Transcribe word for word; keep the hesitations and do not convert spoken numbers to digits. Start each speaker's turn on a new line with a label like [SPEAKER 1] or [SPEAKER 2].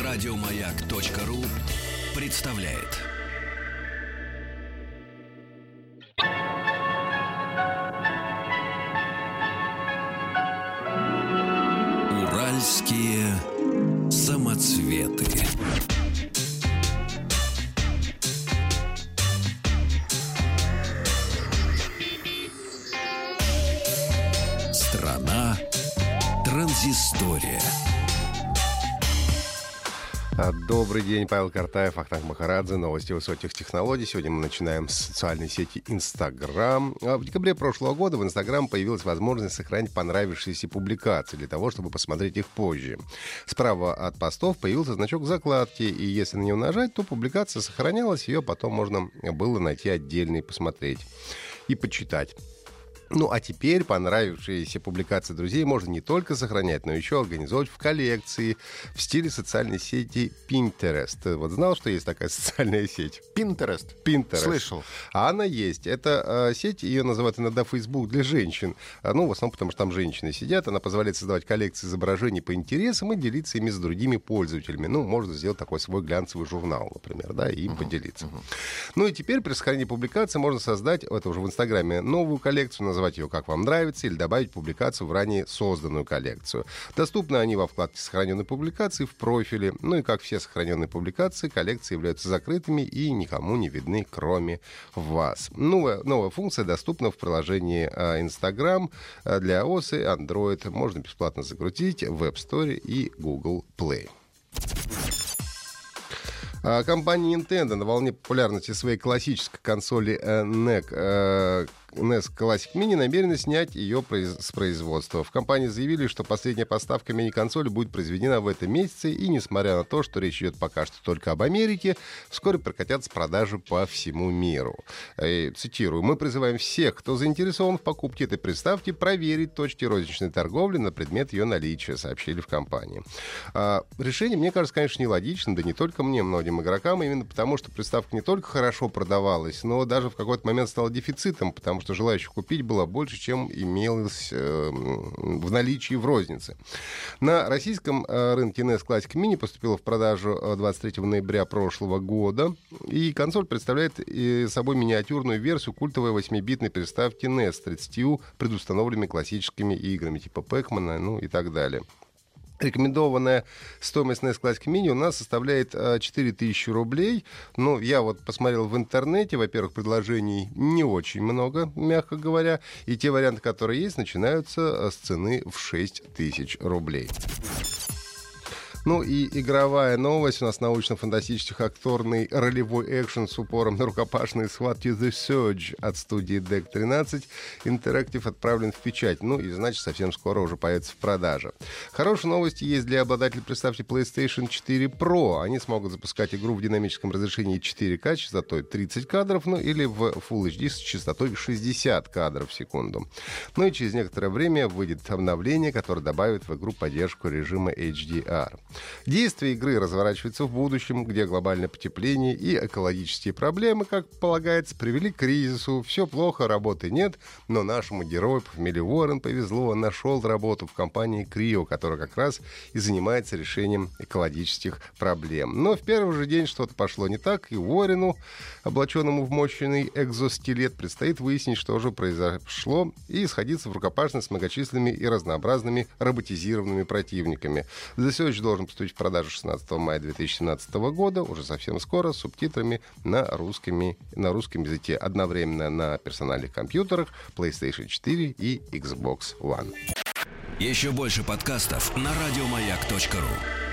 [SPEAKER 1] Радиомаяк.ру представляет. Уральские самоцветы. Страна транзистория.
[SPEAKER 2] Добрый день, Павел Картаев, Ахтанг Махарадзе, новости высоких технологий. Сегодня мы начинаем с социальной сети Instagram. В декабре прошлого года в Instagram появилась возможность сохранить понравившиеся публикации для того, чтобы посмотреть их позже. Справа от постов появился значок закладки, и если на него нажать, то публикация сохранялась, ее потом можно было найти отдельно и посмотреть, и почитать. Ну, а теперь понравившиеся публикации друзей можно не только сохранять, но еще организовать в коллекции в стиле социальной сети Pinterest. Ты вот знал, что есть такая социальная сеть?
[SPEAKER 3] Pinterest?
[SPEAKER 2] Pinterest.
[SPEAKER 3] Слышал.
[SPEAKER 2] А она есть. Это э, сеть, ее называют иногда Facebook для женщин. А, ну, в основном, потому что там женщины сидят. Она позволяет создавать коллекции изображений по интересам и делиться ими с другими пользователями. Ну, можно сделать такой свой глянцевый журнал, например, да, и им uh-huh. поделиться. Uh-huh. Ну, и теперь при сохранении публикации можно создать, это уже в Инстаграме, новую коллекцию, называть ее как вам нравится, или добавить публикацию в ранее созданную коллекцию. Доступны они во вкладке «Сохраненные публикации» в профиле. Ну и как все сохраненные публикации, коллекции являются закрытыми и никому не видны, кроме вас. Новая, новая функция доступна в приложении Instagram для iOS и Android. Можно бесплатно загрузить в App Store и Google Play. Компания Nintendo на волне популярности своей классической консоли эн и си эн и эс Classic Mini намерены снять ее с производства. В компании заявили, что последняя поставка мини-консоли будет произведена в этом месяце, и несмотря на то, что речь идет пока что только об Америке, вскоре прокатятся продажи по всему миру. И, цитирую: «Мы призываем всех, кто заинтересован в покупке этой приставки, проверить точки розничной торговли на предмет ее наличия», сообщили в компании. А, решение, мне кажется, конечно, нелогичным, да не только мне, многим игрокам, именно потому, что приставка не только хорошо продавалась, но даже в какой-то момент стала дефицитом, потому что желающих купить было больше, чем имелось э, в наличии в рознице. На российском э, рынке эн и эс Classic Mini поступила в продажу двадцать третьего ноября прошлого года, и консоль представляет э, собой миниатюрную версию культовой восьмибитной приставки эн и эс с тридцатью предустановленными классическими играми типа Pac-Man, ну и так далее. Рекомендованная стоимость эн и эс Classic Mini у нас составляет четыре тысячи рублей. Ну, я вот посмотрел в интернете. Во-первых, предложений не очень много, мягко говоря. И те варианты, которые есть, начинаются с цены в шесть тысяч рублей. Ну и игровая новость. У нас научно-фантастический акторный ролевой экшен с упором на рукопашные схватки The Surge от студии дек тринадцать Interactive отправлен в печать. Ну и, значит, совсем скоро уже появится в продаже. Хорошие новости есть для обладателей приставки PlayStation четыре Pro. Они смогут запускать игру в динамическом разрешении четыре ка с частотой тридцать кадров, ну или в Full эйч ди с частотой шестьдесят кадров в секунду. Ну и через некоторое время выйдет обновление, которое добавит в игру поддержку режима эйч ди ар. Действие игры разворачивается в будущем, где глобальное потепление и экологические проблемы, как полагается, привели к кризису. Все плохо, работы нет, но нашему герою по фамилии Уоррен повезло, он нашел работу в компании Creo, которая как раз и занимается решением экологических проблем. Но в первый же день что-то пошло не так, и Уоррену, облаченному в мощный экзоскелет, предстоит выяснить, что же произошло, и сходиться в рукопашной с многочисленными и разнообразными роботизированными противниками. The Surge должен поступить в продажу шестнадцатого мая две тысячи семнадцатого года, уже совсем скоро, с субтитрами на, русскими, на русском языке, одновременно на персональных компьютерах PlayStation четыре и Xbox One.
[SPEAKER 1] Еще больше подкастов на радиомаяк точка ру.